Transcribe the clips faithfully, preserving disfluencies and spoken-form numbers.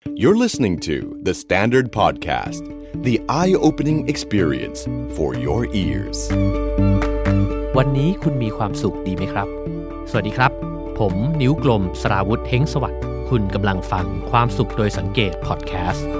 You're listening to The Standard Podcast, the eye-opening experience for your ears. วันนี้คุณมีความสุขดีไหมครับสวัสดีครับผมนิ้วกลมสราวุธเฮงสวัสดิ์คุณกำลังฟังความสุขโดยสังเกตพอดแคสต์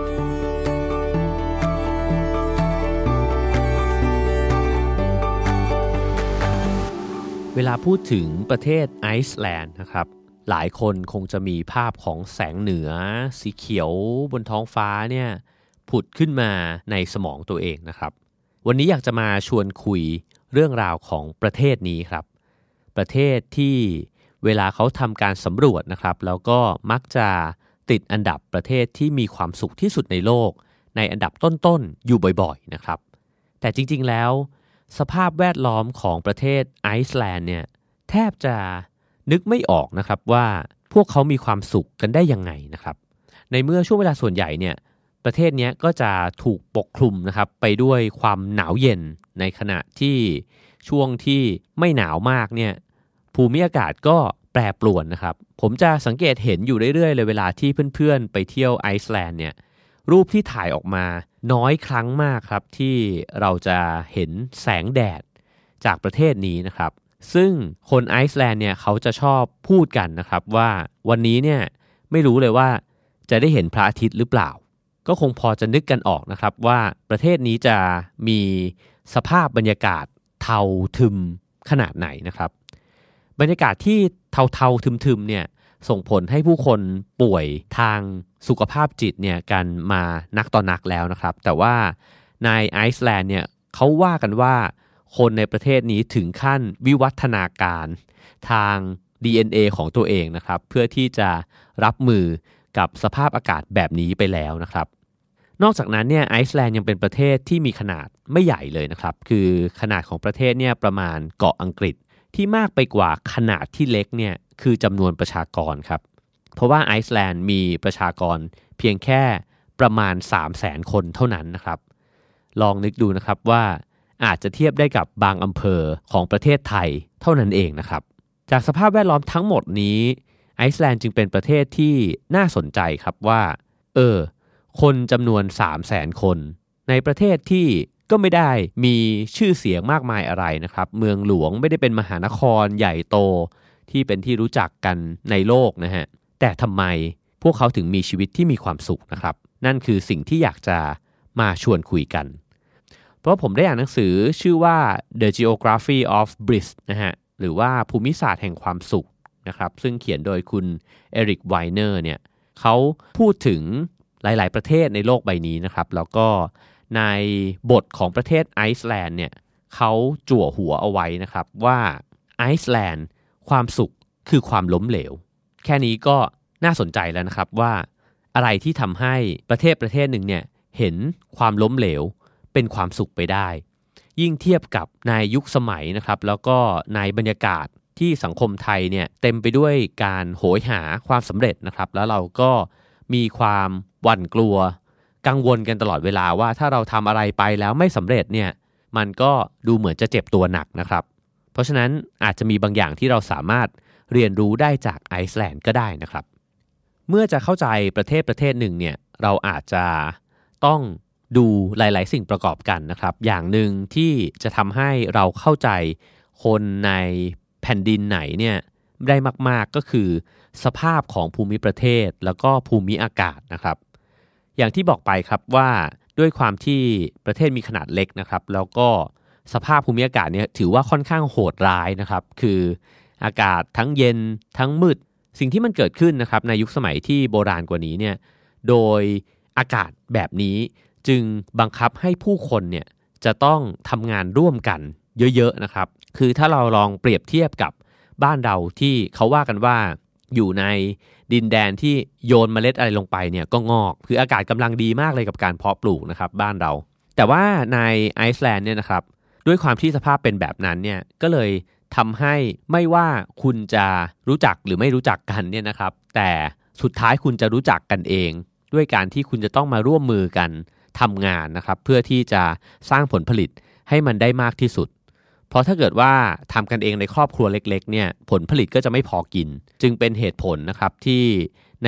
เวลาพูดถึงประเทศไอซ์แลนด์นะครับหลายคนคงจะมีภาพของแสงเหนือสีเขียวบนท้องฟ้าเนี่ยผุดขึ้นมาในสมองตัวเองนะครับวันนี้อยากจะมาชวนคุยเรื่องราวของประเทศนี้ครับประเทศที่เวลาเขาทำการสำรวจนะครับแล้วก็มักจะติดอันดับประเทศที่มีความสุขที่สุดในโลกในอันดับต้นๆอยู่บ่อยๆนะครับแต่จริงๆแล้วสภาพแวดล้อมของประเทศไอซ์แลนด์เนี่ยแทบจะนึกไม่ออกนะครับว่าพวกเขามีความสุขกันได้ยังไงนะครับในเมื่อช่วงเวลาส่วนใหญ่เนี่ยประเทศนี้ก็จะถูกปกคลุมนะครับไปด้วยความหนาวเย็นในขณะที่ช่วงที่ไม่หนาวมากเนี่ยภูมิอากาศก็แปรปรวนนะครับผมจะสังเกตเห็นอยู่เรื่อยๆเลยเวลาที่เพื่อนๆไปเที่ยวไอซ์แลนด์เนี่ยรูปที่ถ่ายออกมาน้อยครั้งมากครับที่เราจะเห็นแสงแดดจากประเทศนี้นะครับซึ่งคนไอซ์แลนด์เนี่ยเขาจะชอบพูดกันนะครับว่าวันนี้เนี่ยไม่รู้เลยว่าจะได้เห็นพระอาทิตย์หรือเปล่าก็คงพอจะนึกกันออกนะครับว่าประเทศนี้จะมีสภาพบรรยากาศเทาทึมขนาดไหนนะครับบรรยากาศที่เทาๆทึมๆเนี่ยส่งผลให้ผู้คนป่วยทางสุขภาพจิตเนี่ยกันมานักต่อนักแล้วนะครับแต่ว่าในไอซ์แลนด์เนี่ยเขาว่ากันว่าคนในประเทศนี้ถึงขั้นวิวัฒนาการทาง ดี เอ็น เอ ของตัวเองนะครับเพื่อที่จะรับมือกับสภาพอากาศแบบนี้ไปแล้วนะครับนอกจากนั้นเนี่ยไอซ์แลนด์ยังเป็นประเทศที่มีขนาดไม่ใหญ่เลยนะครับคือขนาดของประเทศเนี่ยประมาณเกาะอังกฤษที่มากไปกว่าขนาดที่เล็กเนี่ยคือจำนวนประชากรครับเพราะว่าไอซ์แลนด์มีประชากรเพียงแค่ประมาณ สามแสน คนเท่านั้นนะครับลองนึกดูนะครับว่าอาจจะเทียบได้กับบางอำเภอของประเทศไทยเท่านั้นเองนะครับจากสภาพแวดล้อมทั้งหมดนี้ไอซ์แลนด์จึงเป็นประเทศที่น่าสนใจครับว่าเออคนจำนวน สามแสน คนในประเทศที่ก็ไม่ได้มีชื่อเสียงมากมายอะไรนะครับเมืองหลวงไม่ได้เป็นมหานครใหญ่โตที่เป็นที่รู้จักกันในโลกนะฮะแต่ทำไมพวกเขาถึงมีชีวิตที่มีความสุขนะครับนั่นคือสิ่งที่อยากจะมาชวนคุยกันเพราะผมได้อ่านหนังสือชื่อว่า The Geography of Bliss นะฮะหรือว่าภูมิศาสตร์แห่งความสุขนะครับซึ่งเขียนโดยคุณเอริกไวเนอร์เนี่ยเขาพูดถึงหลายๆประเทศในโลกใบนี้นะครับแล้วก็ในบทของประเทศไอซ์แลนด์เนี่ยเขาจั่วหัวเอาไว้นะครับว่าไอซ์แลนด์ความสุขคือความล้มเหลวแค่นี้ก็น่าสนใจแล้วนะครับว่าอะไรที่ทำให้ประเทศประเทศหนึ่งเนี่ยเห็นความล้มเหลวเป็นความสุขไปได้ยิ่งเทียบกับในยุคสมัยนะครับแล้วก็ในบรรยากาศที่สังคมไทยเนี่ยเต็มไปด้วยการโหยหาความสำเร็จนะครับแล้วเราก็มีความหวั่นกลัวกังวลกันตลอดเวลาว่าถ้าเราทำอะไรไปแล้วไม่สำเร็จเนี่ยมันก็ดูเหมือนจะเจ็บตัวหนักนะครับเพราะฉะนั้นอาจจะมีบางอย่างที่เราสามารถเรียนรู้ได้จากไอซ์แลนด์ก็ได้นะครับเมื่อจะเข้าใจประเทศประเทศหนึ่งเนี่ยเราอาจจะต้องดูหลายๆสิ่งประกอบกันนะครับอย่างหนึ่งที่จะทำให้เราเข้าใจคนในแผ่นดินไหนเนี่ยได้มากๆก็คือสภาพของภูมิประเทศแล้วก็ภูมิอากาศนะครับอย่างที่บอกไปครับว่าด้วยความที่ประเทศมีขนาดเล็กนะครับแล้วก็สภาพภูมิอากาศเนี่ยถือว่าค่อนข้างโหดร้ายนะครับคืออากาศทั้งเย็นทั้งมืดสิ่งที่มันเกิดขึ้นนะครับในยุคสมัยที่โบราณกว่านี้เนี่ยโดยอากาศแบบนี้จึงบังคับให้ผู้คนเนี่ยจะต้องทำงานร่วมกันเยอะๆนะครับคือถ้าเราลองเปรียบเทียบกับบ้านเราที่เขาว่ากันว่าอยู่ในดินแดนที่โยนเมล็ดอะไรลงไปเนี่ยก็งอกคืออากาศกำลังดีมากเลยกับการเพาะปลูกนะครับบ้านเราแต่ว่าในไอซ์แลนด์เนี่ยนะครับด้วยความที่สภาพเป็นแบบนั้นเนี่ยก็เลยทำให้ไม่ว่าคุณจะรู้จักหรือไม่รู้จักกันเนี่ยนะครับแต่สุดท้ายคุณจะรู้จักกันเองด้วยการที่คุณจะต้องมาร่วมมือกันทำงานนะครับเพื่อที่จะสร้างผลผลิตให้มันได้มากที่สุดเพราะถ้าเกิดว่าทำกันเองในครอบครัวเล็กๆเนี่ยผลผลิตก็จะไม่พอกินจึงเป็นเหตุผลนะครับที่ในยุค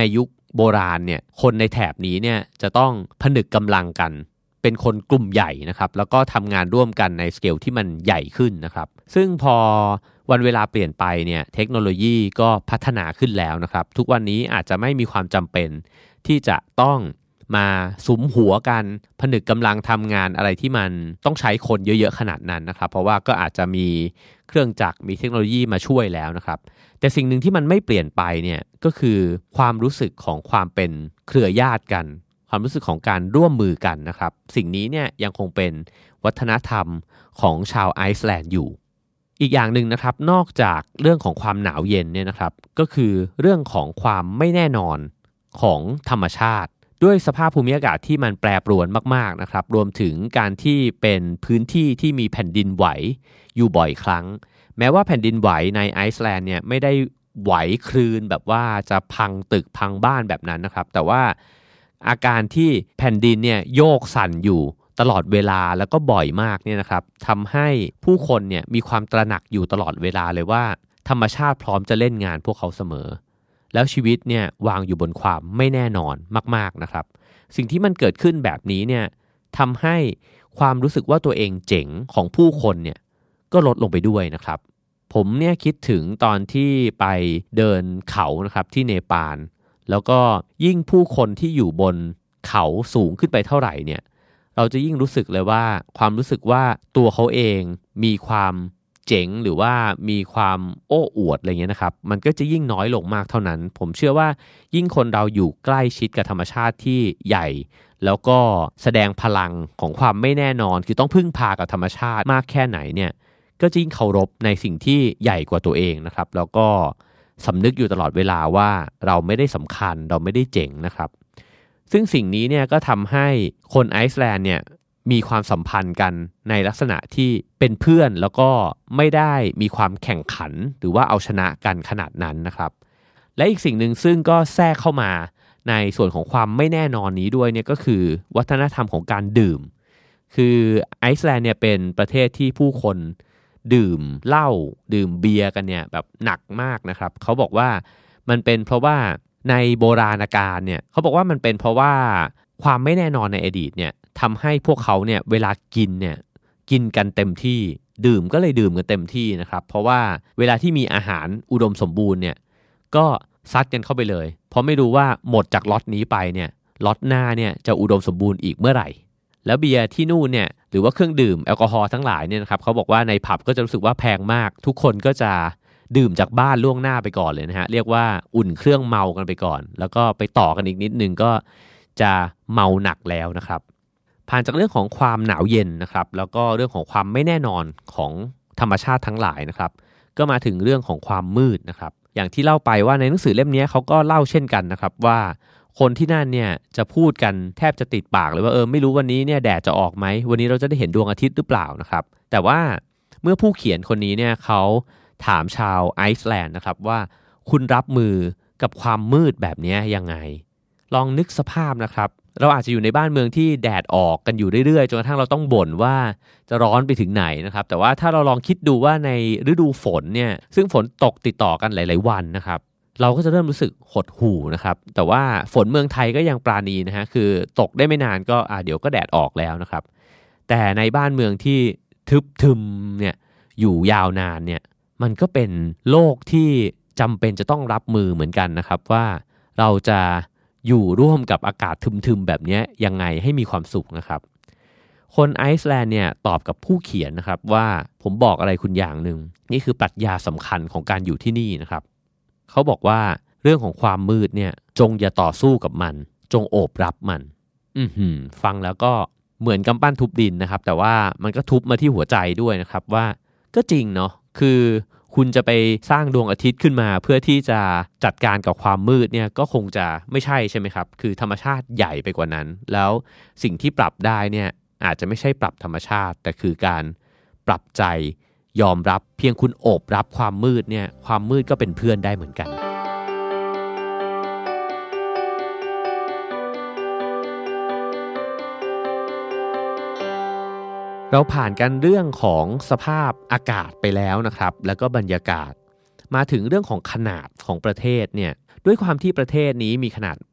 โบราณเนี่ยคนในแถบนี้เนี่ยจะต้องผนึกกำลังกันเป็นคนกลุ่มใหญ่นะครับแล้วก็ทำงานร่วมกันในสเกลที่มันใหญ่ขึ้นนะครับซึ่งพอวันเวลาเปลี่ยนไปเนี่ยเทคโนโลยีก็พัฒนาขึ้นแล้วนะครับทุกวันนี้อาจจะไม่มีความจำเป็นที่จะต้องมาสุมหัวกันผนึกกำลังทำงานอะไรที่มันต้องใช้คนเยอะๆขนาดนั้นนะครับเพราะว่าก็อาจจะมีเครื่องจักรมีเทคโนโลยีมาช่วยแล้วนะครับแต่สิ่งหนึ่งที่มันไม่เปลี่ยนไปเนี่ยก็คือความรู้สึกของความเป็นเครือญาติกันความรู้สึกของการร่วมมือกันนะครับสิ่งนี้เนี่ยยังคงเป็นวัฒนธรรมของชาวไอซ์แลนด์อยู่อีกอย่างหนึ่งนะครับนอกจากเรื่องของความหนาวเย็นเนี่ยนะครับก็คือเรื่องของความไม่แน่นอนของธรรมชาติด้วยสภาพภูมิอากาศที่มันแปรปรวนมากๆนะครับรวมถึงการที่เป็นพื้นที่ที่มีแผ่นดินไหวอยู่บ่อยครั้งแม้ว่าแผ่นดินไหวในไอซ์แลนด์เนี่ยไม่ได้ไหวคลื่นแบบว่าจะพังตึกพังบ้านแบบนั้นนะครับแต่ว่าอาการที่แผ่นดินเนี่ยโยกสั่นอยู่ตลอดเวลาแล้วก็บ่อยมากเนี่ยนะครับทำให้ผู้คนเนี่ยมีความตระหนักอยู่ตลอดเวลาเลยว่าธรรมชาติพร้อมจะเล่นงานพวกเขาเสมอแล้วชีวิตเนี่ยวางอยู่บนความไม่แน่นอนมากๆนะครับสิ่งที่มันเกิดขึ้นแบบนี้เนี่ยทำให้ความรู้สึกว่าตัวเองเจ๋งของผู้คนเนี่ยก็ลดลงไปด้วยนะครับผมเนี่ยคิดถึงตอนที่ไปเดินเขานะครับที่เนปาลแล้วก็ยิ่งผู้คนที่อยู่บนเขาสูงขึ้นไปเท่าไหร่เนี่ยเราจะยิ่งรู้สึกเลยว่าความรู้สึกว่าตัวเขาเองมีความเจ๋งหรือว่ามีความโอ้อวดอะไรเงี้ยนะครับมันก็จะยิ่งน้อยลงมากเท่านั้นผมเชื่อว่ายิ่งคนเราอยู่ใกล้ชิดกับธรรมชาติที่ใหญ่แล้วก็แสดงพลังของความไม่แน่นอนคือต้องพึ่งพากับธรรมชาติมากแค่ไหนเนี่ยก็ยิ่งเคารพในสิ่งที่ใหญ่กว่าตัวเองนะครับแล้วก็สำนึกอยู่ตลอดเวลาว่าเราไม่ได้สำคัญเราไม่ได้เจ๋งนะครับซึ่งสิ่งนี้เนี่ยก็ทำให้คนไอซ์แลนด์เนี่ยมีความสัมพันธ์กันในลักษณะที่เป็นเพื่อนแล้วก็ไม่ได้มีความแข่งขันหรือว่าเอาชนะกันขนาดนั้นนะครับและอีกสิ่งหนึ่งซึ่งก็แทรกเข้ามาในส่วนของความไม่แน่นอนนี้ด้วยเนี่ยก็คือวัฒนธรรมของการดื่มคือไอซ์แลนด์เนี่ยเป็นประเทศที่ผู้คนดื่มเหล้าดื่มเบียร์กันเนี่ยแบบหนักมากนะครับเขาบอกว่ามันเป็นเพราะว่าในโบราณกาลเนี่ยเขาบอกว่ามันเป็นเพราะว่าความไม่แน่นอนในอดีตเนี่ยทำให้พวกเขาเนี่ยเวลากินเนี่ยกินกันเต็มที่ดื่มก็เลยดื่มกันเต็มที่นะครับเพราะว่าเวลาที่มีอาหารอุดมสมบูรณ์เนี่ยก็ซัดกันเข้าไปเลยเพราะไม่รู้ว่าหมดจากล็อตนี้ไปเนี่ยล็อตหน้าเนี่ยจะอุดมสมบูรณ์อีกเมื่อไหร่แล้วเบียร์ที่นู่นเนี่ยหรือว่าเครื่องดื่มแอลกอฮอล์ทั้งหลายเนี่ยนะครับเขาบอกว่าในผับก็จะรู้สึกว่าแพงมากทุกคนก็จะดื่มจากบ้านล่วงหน้าไปก่อนเลยนะฮะเรียกว่าอุ่นเครื่องเมากันไปก่อนแล้วก็ไปต่อกันอีกนิดนึงก็จะเมาหนักแล้วนะครับผ่านจากเรื่องของความหนาวเย็นนะครับแล้วก็เรื่องของความไม่แน่นอนของธรรมชาติทั้งหลายนะครับก็มาถึงเรื่องของความมืดนะครับอย่างที่เล่าไปว่าในหนังสือเล่มนี้เขาก็เล่าเช่นกันนะครับว่าคนที่นั่นเนี่ยจะพูดกันแทบจะติดปากเลยว่าเออไม่รู้วันนี้เนี่ยแดดจะออกไหมวันนี้เราจะได้เห็นดวงอาทิตย์หรือเปล่านะครับแต่ว่าเมื่อผู้เขียนคนนี้เนี่ยเขาถามชาวไอซ์แลนด์นะครับว่าคุณรับมือกับความมืดแบบนี้ยังไงลองนึกสภาพนะครับเราอาจจะอยู่ในบ้านเมืองที่แดดออกกันอยู่เรื่อยๆจนกระทั่งเราต้องบ่นว่าจะร้อนไปถึงไหนนะครับแต่ว่าถ้าเราลองคิดดูว่าในฤดูฝนเนี่ยซึ่งฝนตกติดต่อกันหลายๆวันนะครับเราก็จะเริ่มรู้สึกหดหู่นะครับแต่ว่าฝนเมืองไทยก็ยังปราณีนะฮะคือตกได้ไม่นานก็อ่าเดี๋ยวก็แดดออกแล้วนะครับแต่ในบ้านเมืองที่ทึบทึมเนี่ยอยู่ยาวนานเนี่ยมันก็เป็นโลกที่จำเป็นจะต้องรับมือเหมือนกันนะครับว่าเราจะอยู่ร่วมกับอากาศทึมๆแบบนี้ยังไงให้มีความสุขนะครับคนไอซ์แลนด์เนี่ยตอบกับผู้เขียนนะครับว่าผมบอกอะไรคุณอย่างหนึ่งนี่คือปรัชญาสำคัญของการอยู่ที่นี่นะครับเขาบอกว่าเรื่องของความมืดเนี่ยจงอย่าต่อสู้กับมันจงโอบรับมันอือหือฟังแล้วก็เหมือนกำปั้นทุบดินนะครับแต่ว่ามันก็ทุบมาที่หัวใจด้วยนะครับว่าก็จริงเนาะคือคุณจะไปสร้างดวงอาทิตย์ขึ้นมาเพื่อที่จะจัดการกับความมืดเนี่ยก็คงจะไม่ใช่ใช่ไหมครับคือธรรมชาติใหญ่ไปกว่านั้นแล้วสิ่งที่ปรับได้เนี่ยอาจจะไม่ใช่ปรับธรรมชาติแต่คือการปรับใจยอมรับเพียงคุณโอบรับความมืดเนี่ยความมืดก็เป็นเพื่อนได้เหมือนกันเราผ่านกันเรื่องของสภาพอากาศไปแล้วนะครับแล้วก็บรรยากาศมาถึงเรื่องของขนาดของประเทศเนี่ยด้วยความที่ประเทศนี้มีขนาด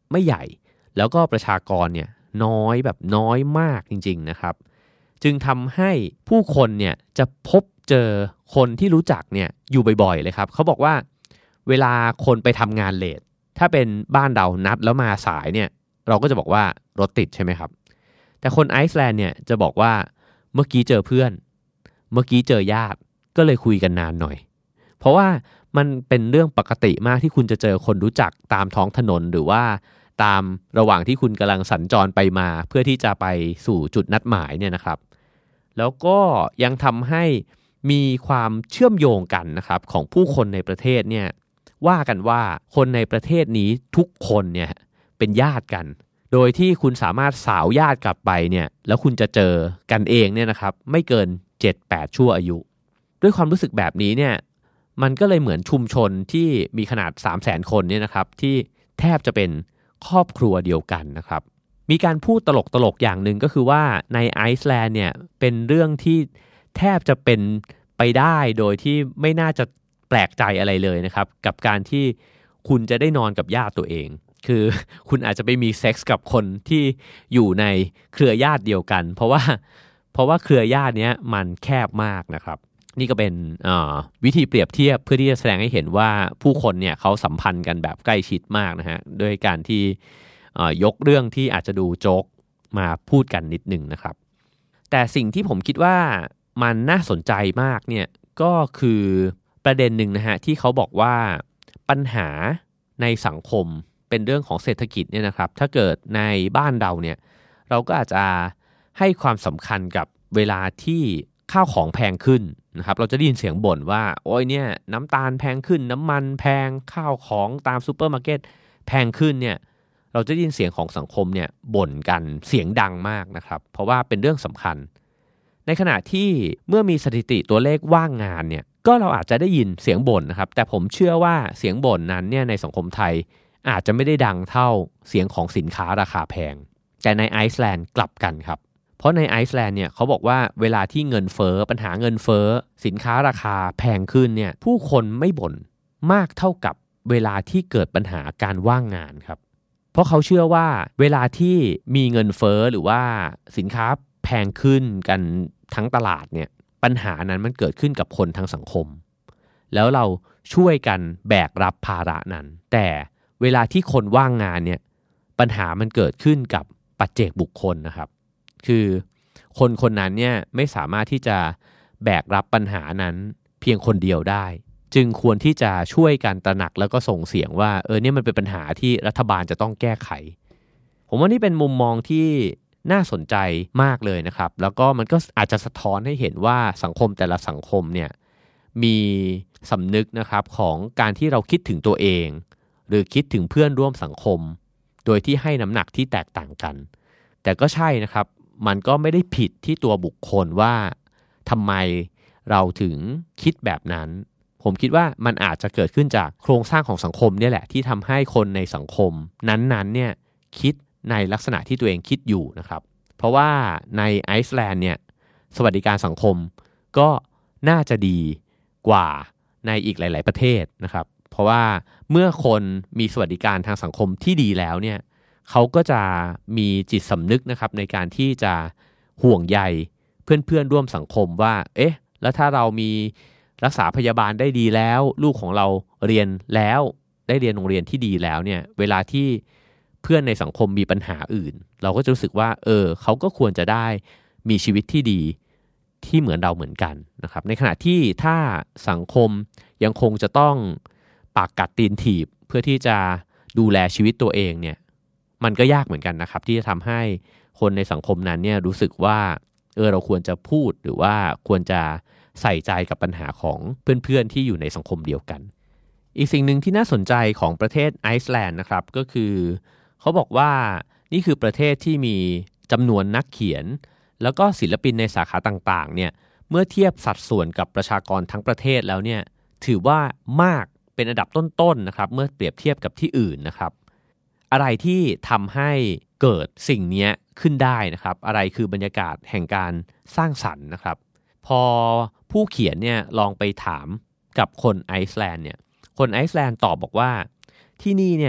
ไม่ใหญ่แล้วก็ประชากรเนี่ยน้อยแบบน้อยมากจริงๆนะครับจึงทำให้ผู้คนเนี่ยจะพบเจอคนที่รู้จักเนี่ยอยู่บ่อยๆเลยครับเขาบอกว่าเวลาคนไปทำงานเลทถ้าเป็นบ้านเรานัดแล้วมาสายเนี่ยเราก็จะบอกว่ารถติดใช่ไหมครับแต่คนไอซ์แลนด์เนี่ยจะบอกว่าเมื่อกี้เจอเพื่อนเมื่อกี้เจอญาติก็เลยคุยกันนานหน่อยเพราะว่ามันเป็นเรื่องปกติมากที่คุณจะเจอคนรู้จักตามท้องถนนหรือว่าตามระหว่างที่คุณกำลังสัญจรไปมาเพื่อที่จะไปสู่จุดนัดหมายเนี่ยนะครับแล้วก็ยังทำให้มีความเชื่อมโยงกันนะครับของผู้คนในประเทศเนี่ยว่ากันว่าคนในประเทศนี้ทุกคนเนี่ยเป็นญาติกันโดยที่คุณสามารถสาวญาติกลับไปเนี่ยแล้วคุณจะเจอกันเองเนี่ยนะครับไม่เกิน เจ็ดแปด ชั่วอายุด้วยความรู้สึกแบบนี้เนี่ยมันก็เลยเหมือนชุมชนที่มีขนาด สามแสน คนเนี่ยนะครับที่แทบจะเป็นครอบครัวเดียวกันนะครับมีการพูดตลกๆอย่างหนึ่งก็คือว่าในไอซ์แลนด์เนี่ยเป็นเรื่องที่แทบจะเป็นไปได้โดยที่ไม่น่าจะแปลกใจอะไรเลยนะครับกับการที่คุณจะได้นอนกับญาติตัวเองคือคุณอาจจะไปมีเซ็กส์กับคนที่อยู่ในเครือญาติเดียวกันเพราะว่าเพราะว่าเครือญาติเนี้ยมันแคบมากนะครับนี่ก็เป็นวิธีเปรียบเทียบเพื่อที่จะแสดงให้เห็นว่าผู้คนเนี่ยเขาสัมพันธ์กันแบบใกล้ชิดมากนะฮะด้วยการที่ยกเรื่องที่อาจจะดูโจ๊กมาพูดกันนิดหนึ่งนะครับแต่สิ่งที่ผมคิดว่ามันน่าสนใจมากเนี่ยก็คือประเด็นหนึ่งนะฮะที่เขาบอกว่าปัญหาในสังคมเป็นเรื่องของเศรษฐกิจเนี่ยนะครับถ้าเกิดในบ้านเราเนี่ยเราก็อาจจะให้ความสำคัญกับเวลาที่ข้าวของแพงขึ้นนะครับเราจะได้ยินเสียงบ่นว่าโอ้ยเนี่ยน้ำตาลแพงขึ้นน้ำมันแพงข้าวของตามซูเปอร์มาร์เก็ตแพงขึ้นเนี่ยเราจะได้ยินเสียงของสังคมเนี่ยบ่นกันเสียงดังมากนะครับเพราะว่าเป็นเรื่องสำคัญในขณะที่เมื่อมีสถิติตัวเลขว่างงานเนี่ยก็เราอาจจะได้ยินเสียงบ่นนะครับแต่ผมเชื่อว่าเสียงบ่นนั้นเนี่ยในสังคมไทยอาจจะไม่ได้ดังเท่าเสียงของสินค้าราคาแพงแต่ในไอซ์แลนด์กลับกันครับเพราะในไอซ์แลนด์เนี่ยเขาบอกว่าเวลาที่เงินเฟ้อปัญหาเงินเฟ้อสินค้าราคาแพงขึ้นเนี่ยผู้คนไม่บ่นมากเท่ากับเวลาที่เกิดปัญหาการว่างงานครับเพราะเขาเชื่อว่าเวลาที่มีเงินเฟ้อหรือว่าสินค้าแพงขึ้นกันทั้งตลาดเนี่ยปัญหานั้นมันเกิดขึ้นกับคนทั้งสังคมแล้วเราช่วยกันแบกรับภาระนั้นแต่เวลาที่คนว่างงานเนี่ยปัญหามันเกิดขึ้นกับปัจเจกบุคคลนะครับคือคนคนนั้นเนี่ยไม่สามารถที่จะแบกรับปัญหานั้นเพียงคนเดียวได้จึงควรที่จะช่วยกันตระหนักแล้วก็ส่งเสียงว่าเออเนี่ยมันเป็นปัญหาที่รัฐบาลจะต้องแก้ไขผมว่านี่เป็นมุมมองที่น่าสนใจมากเลยนะครับแล้วก็มันก็อาจจะสะท้อนให้เห็นว่าสังคมแต่ละสังคมเนี่ยมีสำนึกนะครับของการที่เราคิดถึงตัวเองหรือคิดถึงเพื่อนร่วมสังคมโดยที่ให้น้ำหนักที่แตกต่างกันแต่ก็ใช่นะครับมันก็ไม่ได้ผิดที่ตัวบุคคลว่าทำไมเราถึงคิดแบบนั้นผมคิดว่ามันอาจจะเกิดขึ้นจากโครงสร้างของสังคมเนี่ยแหละที่ทำให้คนในสังคมนั้นๆเนี่ยคิดในลักษณะที่ตัวเองคิดอยู่นะครับเพราะว่าในไอซ์แลนด์เนี่ยสวัสดิการสังคมก็น่าจะดีกว่าในอีกหลายๆประเทศนะครับเพราะว่าเมื่อคนมีสวัสดิการทางสังคมที่ดีแล้วเนี่ยเขาก็จะมีจิตสำนึกนะครับในการที่จะห่วงใยเพื่อนๆร่วมสังคมว่าเอ๊ะแล้วถ้าเรามีรักษาพยาบาลได้ดีแล้วลูกของเราเรียนแล้วได้เรียนโรงเรียนที่ดีแล้วเนี่ยเวลาที่เพื่อนในสังคมมีปัญหาอื่นเราก็จะรู้สึกว่าเออเขาก็ควรจะได้มีชีวิตที่ดีที่เหมือนเราเหมือนกันนะครับในขณะที่ถ้าสังคมยังคงจะต้องปากกัดตีนถีบเพื่อที่จะดูแลชีวิตตัวเองเนี่ยมันก็ยากเหมือนกันนะครับที่จะทำให้คนในสังคมนั้นเนี่ยรู้สึกว่าเออเราควรจะพูดหรือว่าควรจะใส่ใจกับปัญหาของเพื่อนๆที่อยู่ในสังคมเดียวกันอีกสิ่งหนึ่งที่น่าสนใจของประเทศไอซ์แลนด์นะครับก็คือเขาบอกว่านี่คือประเทศที่มีจำนวนนักเขียนแล้วก็ศิลปินในสาขาต่างๆเนี่ยเมื่อเทียบสัดส่วนกับประชากรทั้งประเทศแล้วเนี่ยถือว่ามากเป็นอันดับต้นๆนะครับเมื่อเปรียบเทียบกับที่อื่นนะครับอะไรที่ทำให้เกิดสิ่งนี้ขึ้นได้นะครับอะไรคือบรรยากาศแห่งการสร้างสรรค์นะครับพอผู้เขียนเนี่ยลองไปถามกับคนไอซ์แลนด์เนี่ยคนไอซ์แลนด์ตอบบอกว่าที่นี่เนี่ย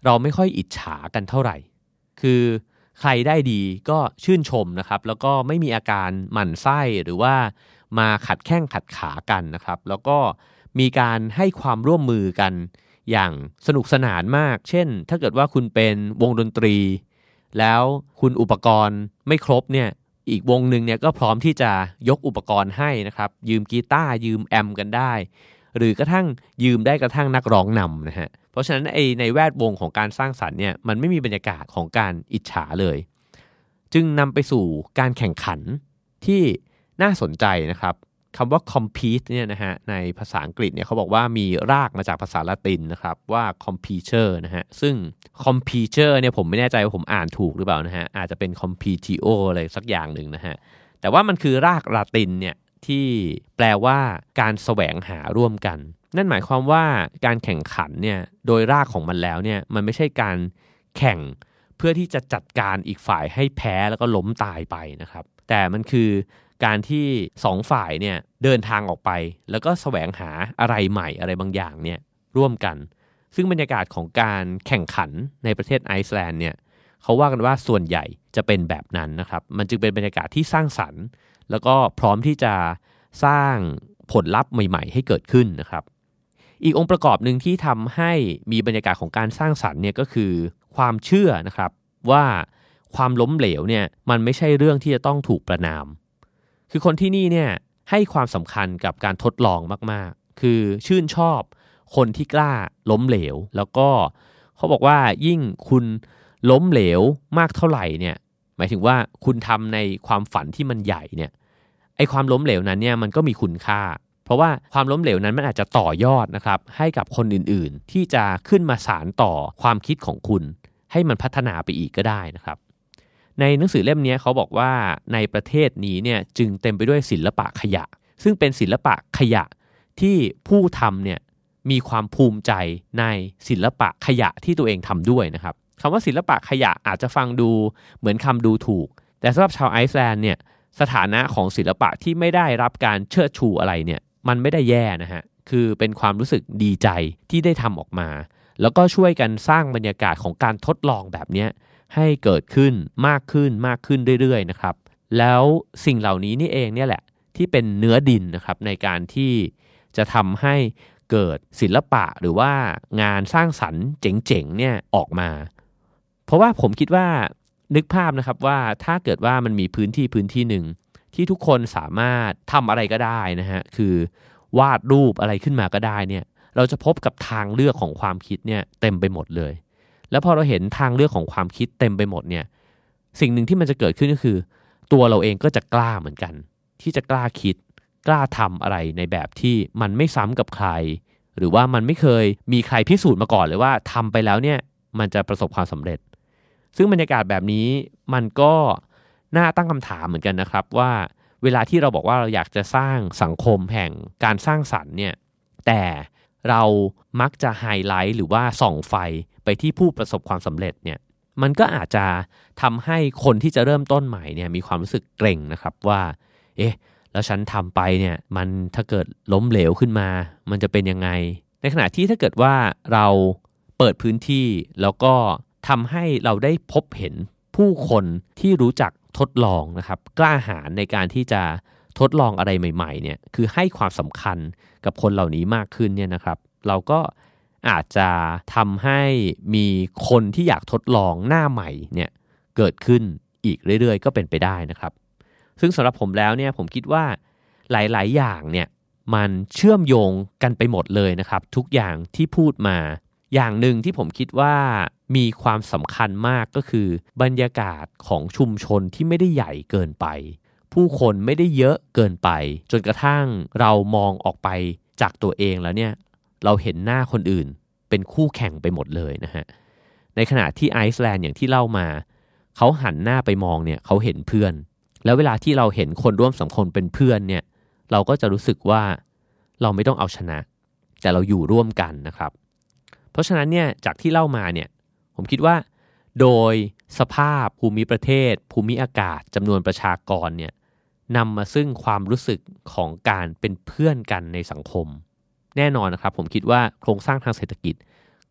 เราไม่ค่อยอิจฉากันเท่าไหร่คือใครได้ดีก็ชื่นชมนะครับแล้วก็ไม่มีอาการหมั่นไส้หรือว่ามาขัดแข้งขัดขากันนะครับแล้วก็มีการให้ความร่วมมือกันอย่างสนุกสนานมากเช่นถ้าเกิดว่าคุณเป็นวงดนตรีแล้วคุณอุปกรณ์ไม่ครบเนี่ยอีกวงนึงเนี่ยก็พร้อมที่จะยกอุปกรณ์ให้นะครับยืมกีตาร์ยืมแอมป์กันได้หรือกระทั่งยืมได้กระทั่งนักร้องนำนะฮะเพราะฉะนั้นไอ้ในแวดวงของการสร้างสรรค์เนี่ยมันไม่มีบรรยากาศของการอิจฉาเลยจึงนำไปสู่การแข่งขันที่น่าสนใจนะครับคำว่า compete เนี่ยนะฮะในภาษาอังกฤษเนี่ยเขาบอกว่ามีรากมาจากภาษาละตินนะครับว่า competitor นะฮะซึ่ง competitor เนี่ยผมไม่แน่ใจว่าผมอ่านถูกหรือเปล่านะฮะอาจจะเป็น competitio อะไรสักอย่างหนึ่งนะฮะแต่ว่ามันคือรากละตินเนี่ยที่แปลว่าการแสวงหาร่วมกันนั่นหมายความว่าการแข่งขันเนี่ยโดยรากของมันแล้วเนี่ยมันไม่ใช่การแข่งเพื่อที่จะจัดการอีกฝ่ายให้แพ้แล้วก็ล้มตายไปนะครับแต่มันคือการที่สองฝ่ายเนี่ยเดินทางออกไปแล้วก็แสวงหาอะไรใหม่อะไรบางอย่างเนี่ยร่วมกันซึ่งบรรยากาศของการแข่งขันในประเทศไอซ์แลนด์เนี่ยเขาว่ากันว่าส่วนใหญ่จะเป็นแบบนั้นนะครับมันจึงเป็นบรรยากาศที่สร้างสรรค์แล้วก็พร้อมที่จะสร้างผลลัพธ์ใหม่ๆให้เกิดขึ้นนะครับอีกองค์ประกอบหนึ่งที่ทำให้มีบรรยากาศของการสร้างสรรค์เนี่ยก็คือความเชื่อนะครับว่าความล้มเหลวเนี่ยมันไม่ใช่เรื่องที่จะต้องถูกประณามคือคนที่นี่เนี่ยให้ความสำคัญกับการทดลองมากๆคือชื่นชอบคนที่กล้าล้มเหลวแล้วก็เขาบอกว่ายิ่งคุณล้มเหลวมากเท่าไหร่เนี่ยหมายถึงว่าคุณทำในความฝันที่มันใหญ่เนี่ยไอ้ความล้มเหลวนั้นเนี่ยมันก็มีคุณค่าเพราะว่าความล้มเหลวนั้นมันอาจจะต่อยอดนะครับให้กับคนอื่นๆที่จะขึ้นมาสานต่อความคิดของคุณให้มันพัฒนาไปอีกก็ได้นะครับในหนังสือเล่มนี้เขาบอกว่าในประเทศนี้เนี่ยจึงเต็มไปด้วยศิลปะขยะซึ่งเป็นศิลปะขยะที่ผู้ทำเนี่ยมีความภูมิใจในศิลปะขยะที่ตัวเองทำด้วยนะครับคำว่าศิลปะขยะอาจจะฟังดูเหมือนคำดูถูกแต่สำหรับชาวไอซ์แลนด์เนี่ยสถานะของศิลปะที่ไม่ได้รับการเชิดชูอะไรเนี่ยมันไม่ได้แย่นะฮะคือเป็นความรู้สึกดีใจที่ได้ทำออกมาแล้วก็ช่วยกันสร้างบรรยากาศของการทดลองแบบนี้ให้เกิดขึ้นมากขึ้นมากขึ้นเรื่อยๆนะครับแล้วสิ่งเหล่านี้นี่เองเนี่ยแหละที่เป็นเนื้อดินนะครับในการที่จะทำให้เกิดศิลปะหรือว่างานสร้างสรรค์เจ๋งๆเนี่ยออกมาเพราะว่าผมคิดว่านึกภาพนะครับว่าถ้าเกิดว่ามันมีพื้นที่พื้นที่หนึ่งที่ทุกคนสามารถทำอะไรก็ได้นะฮะคือวาดรูปอะไรขึ้นมาก็ได้เนี่ยเราจะพบกับทางเลือกของความคิดเนี่ยเต็มไปหมดเลยแล้วพอเราเห็นทางเลือกของความคิดเต็มไปหมดเนี่ยสิ่งหนึ่งที่มันจะเกิดขึ้นก็คือตัวเราเองก็จะกล้าเหมือนกันที่จะกล้าคิดกล้าทำอะไรในแบบที่มันไม่ซ้ำกับใครหรือว่ามันไม่เคยมีใครพิสูจน์มาก่อนเลยว่าทำไปแล้วเนี่ยมันจะประสบความสำเร็จซึ่งบรรยากาศแบบนี้มันก็น่าตั้งคำถามเหมือนกันนะครับว่าเวลาที่เราบอกว่าเราอยากจะสร้างสังคมแห่งการสร้างสรรค์เนี่ยแต่เรามักจะไฮไลท์หรือว่าส่องไฟไปที่ผู้ประสบความสำเร็จเนี่ยมันก็อาจจะทำให้คนที่จะเริ่มต้นใหม่เนี่ยมีความรู้สึกเกรงนะครับว่าเอ๊ะแล้วฉันทำไปเนี่ยมันถ้าเกิดล้มเหลวขึ้นมามันจะเป็นยังไงในขณะที่ถ้าเกิดว่าเราเปิดพื้นที่แล้วก็ทำให้เราได้พบเห็นผู้คนที่รู้จักทดลองนะครับกล้าหาญในการที่จะทดลองอะไรใหม่ๆเนี่ยคือให้ความสำคัญกับคนเหล่านี้มากขึ้นเนี่ยนะครับเราก็อาจจะทำให้มีคนที่อยากทดลองหน้าใหม่เนี่ยเกิดขึ้นอีกเรื่อยๆก็เป็นไปได้นะครับซึ่งสำหรับผมแล้วเนี่ยผมคิดว่าหลายๆอย่างเนี่ยมันเชื่อมโยงกันไปหมดเลยนะครับทุกอย่างที่พูดมาอย่างหนึ่งที่ผมคิดว่ามีความสำคัญมากก็คือบรรยากาศของชุมชนที่ไม่ได้ใหญ่เกินไปผู้คนไม่ได้เยอะเกินไปจนกระทั่งเรามองออกไปจากตัวเองแล้วเนี่ยเราเห็นหน้าคนอื่นเป็นคู่แข่งไปหมดเลยนะฮะในขณะที่ไอซ์แลนด์อย่างที่เล่ามาเขาหันหน้าไปมองเนี่ยเขาเห็นเพื่อนแล้วเวลาที่เราเห็นคนร่วมสังคมเป็นเพื่อนเนี่ยเราก็จะรู้สึกว่าเราไม่ต้องเอาชนะแต่เราอยู่ร่วมกันนะครับเพราะฉะนั้นเนี่ยจากที่เล่ามาเนี่ยผมคิดว่าโดยสภาพภูมิประเทศภูมิอากาศจำนวนประชากรเนี่ยนำมาซึ่งความรู้สึกของการเป็นเพื่อนกันในสังคมแน่นอนนะครับผมคิดว่าโครงสร้างทางเศรษฐกิจก็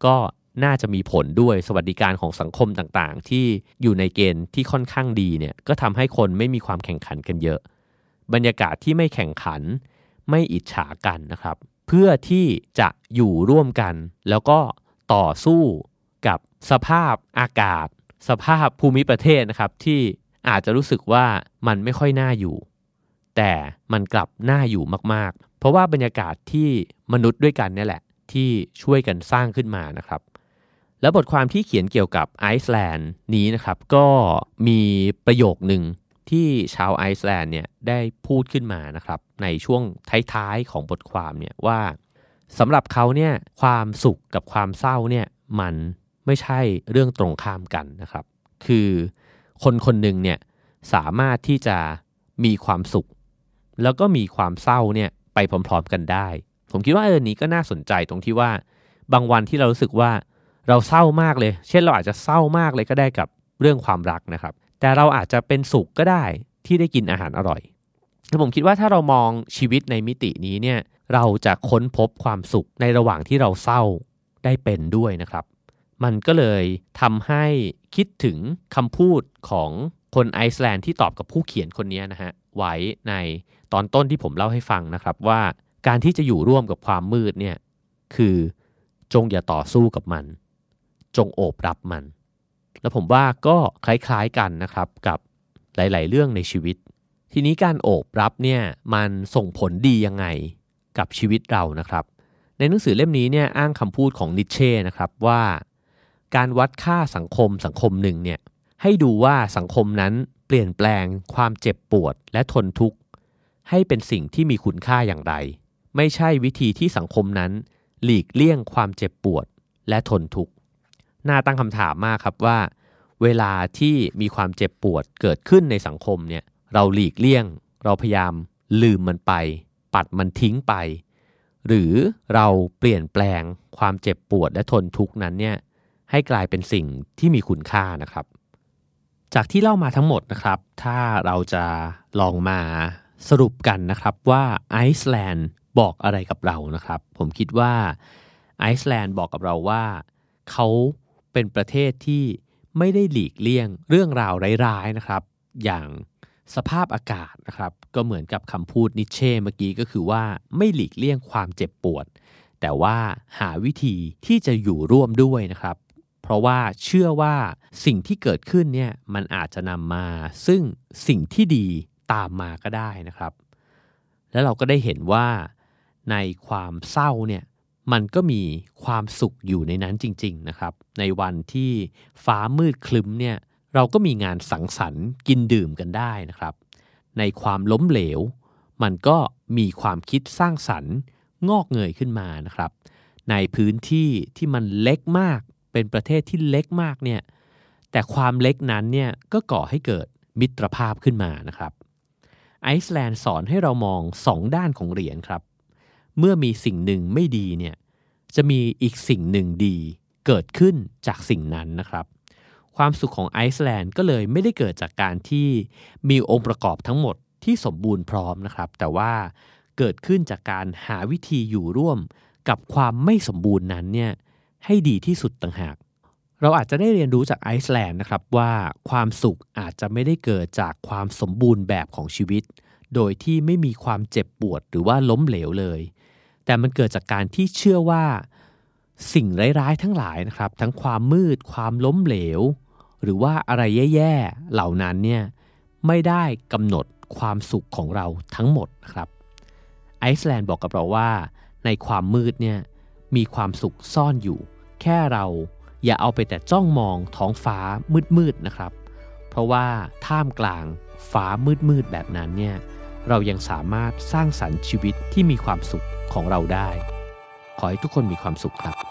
น่าจะมีผลด้วยสวัสดิการของสังคมต่างๆที่อยู่ในเกณฑ์ที่ค่อนข้างดีเนี่ยก็ทำให้คนไม่มีความแข่งขันกันเยอะบรรยากาศที่ไม่แข่งขันไม่อิจฉากันนะครับเพื่อที่จะอยู่ร่วมกันแล้วก็ต่อสู้กับสภาพอากาศสภาพภูมิประเทศนะครับที่อาจจะรู้สึกว่ามันไม่ค่อยน่าอยู่แต่มันกลับน่าอยู่มากๆเพราะว่าบรรยากาศที่มนุษย์ด้วยกันเนี่ยแหละที่ช่วยกันสร้างขึ้นมานะครับแล้วบทความที่เขียนเกี่ยวกับไอซ์แลนด์นี้นะครับก็มีประโยคนึงที่ชาวไอซ์แลนด์เนี่ยได้พูดขึ้นมานะครับในช่วงท้ายๆของบทความเนี่ยว่าสำหรับเขาเนี่ยความสุขกับความเศร้าเนี่ยมันไม่ใช่เรื่องตรงข้ามกันนะครับคือคนคนหนึ่งเนี่ยสามารถที่จะมีความสุขแล้วก็มีความเศร้าเนี่ยไปพร้อมๆกันได้ผมคิดว่าเออนี้ก็น่าสนใจตรงที่ว่าบางวันที่เรารู้สึกว่าเราเศร้ามากเลยเช่นเราอาจจะเศร้ามากเลยก็ได้กับเรื่องความรักนะครับแต่เราอาจจะเป็นสุขก็ได้ที่ได้กินอาหารอร่อยและผมคิดว่าถ้าเรามองชีวิตในมิตินี้เนี่ยเราจะค้นพบความสุขในระหว่างที่เราเศร้าได้เป็นด้วยนะครับมันก็เลยทำให้คิดถึงคำพูดของคนไอซ์แลนด์ที่ตอบกับผู้เขียนคนนี้นะฮะไว้ในตอนต้นที่ผมเล่าให้ฟังนะครับว่าการที่จะอยู่ร่วมกับความมืดเนี่ยคือจงอย่าต่อสู้กับมันจงโอบรับมันแล้วผมว่าก็คล้ายๆกันนะครับกับหลายๆเรื่องในชีวิตทีนี้การโอบรับเนี่ยมันส่งผลดียังไงกับชีวิตเรานะครับในหนังสือเล่มนี้เนี่ยอ้างคำพูดของนิเช่นะครับว่าการวัดค่าสังคมสังคมหนึ่งเนี่ยให้ดูว่าสังคมนั้นเปลี่ยนแปลงความเจ็บปวดและทนทุกข์ให้เป็นสิ่งที่มีคุณค่าอย่างไรไม่ใช่วิธีที่สังคมนั้นหลีกเลี่ยงความเจ็บปวดและทนทุกข์น่าตั้งคำถามมากครับว่าเวลาที่มีความเจ็บปวดเกิดขึ้นในสังคมเนี่ยเราหลีกเลี่ยงเราพยายามลืมมันไปปัดมันทิ้งไปหรือเราเปลี่ยนแปลงความเจ็บปวดและทนทุกข์นั้นเนี่ยให้กลายเป็นสิ่งที่มีคุณค่านะครับจากที่เล่ามาทั้งหมดนะครับถ้าเราจะลองมาสรุปกันนะครับว่าไอซ์แลนด์บอกอะไรกับเรานะครับผมคิดว่าไอซ์แลนด์บอกกับเราว่าเขาเป็นประเทศที่ไม่ได้หลีกเลี่ยงเรื่องราวร้ายๆนะครับอย่างสภาพอากาศนะครับก็เหมือนกับคำพูดนิเช่เมื่อกี้ก็คือว่าไม่หลีกเลี่ยงความเจ็บปวดแต่ว่าหาวิธีที่จะอยู่ร่วมด้วยนะครับเพราะว่าเชื่อว่าสิ่งที่เกิดขึ้นเนี่ยมันอาจจะนำมาซึ่งสิ่งที่ดีตามมาก็ได้นะครับแล้วเราก็ได้เห็นว่าในความเศร้าเนี่ยมันก็มีความสุขอยู่ในนั้นจริงๆนะครับในวันที่ฟ้ามืดครึ้มเนี่ยเราก็มีงานสังสรรค์กินดื่มกันได้นะครับในความล้มเหลวมันก็มีความคิดสร้างสรรค์งอกเงยขึ้นมานะครับในพื้นที่ที่มันเล็กมากเป็นประเทศที่เล็กมากเนี่ยแต่ความเล็กนั้นเนี่ยก็ก่อให้เกิดมิตรภาพขึ้นมานะครับไอซ์แลนด์สอนให้เรามองสองด้านของเหรียญครับเมื่อมีสิ่งหนึ่งไม่ดีเนี่ยจะมีอีกสิ่งหนึ่งดีเกิดขึ้นจากสิ่งนั้นนะครับความสุขของไอซ์แลนด์ก็เลยไม่ได้เกิดจากการที่มีองค์ประกอบทั้งหมดที่สมบูรณ์พร้อมนะครับแต่ว่าเกิดขึ้นจากการหาวิธีอยู่ร่วมกับความไม่สมบูรณ์นั้นเนี่ยให้ดีที่สุดต่างหากเราอาจจะได้เรียนรู้จากไอซ์แลนด์นะครับว่าความสุขอาจจะไม่ได้เกิดจากความสมบูรณ์แบบของชีวิตโดยที่ไม่มีความเจ็บปวดหรือว่าล้มเหลวเลยแต่มันเกิดจากการที่เชื่อว่าสิ่งร้ายๆทั้งหลายนะครับทั้งความมืดความล้มเหลวหรือว่าอะไรแย่ๆเหล่านั้นเนี่ยไม่ได้กำหนดความสุขของเราทั้งหมดนะครับไอซ์แลนด์บอกกับเราว่าในความมืดเนี่ยมีความสุขซ่อนอยู่แค่เราอย่าเอาไปแต่จ้องมองท้องฟ้ามืดๆนะครับเพราะว่าท่ามกลางฟ้ามืดๆแบบนั้นเนี่ยเรายังสามารถสร้างสรรค์ชีวิตที่มีความสุขของเราได้ขอให้ทุกคนมีความสุขครับ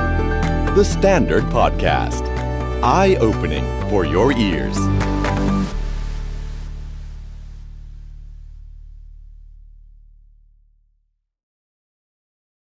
The Standard Podcast Eye Opening for Your Ears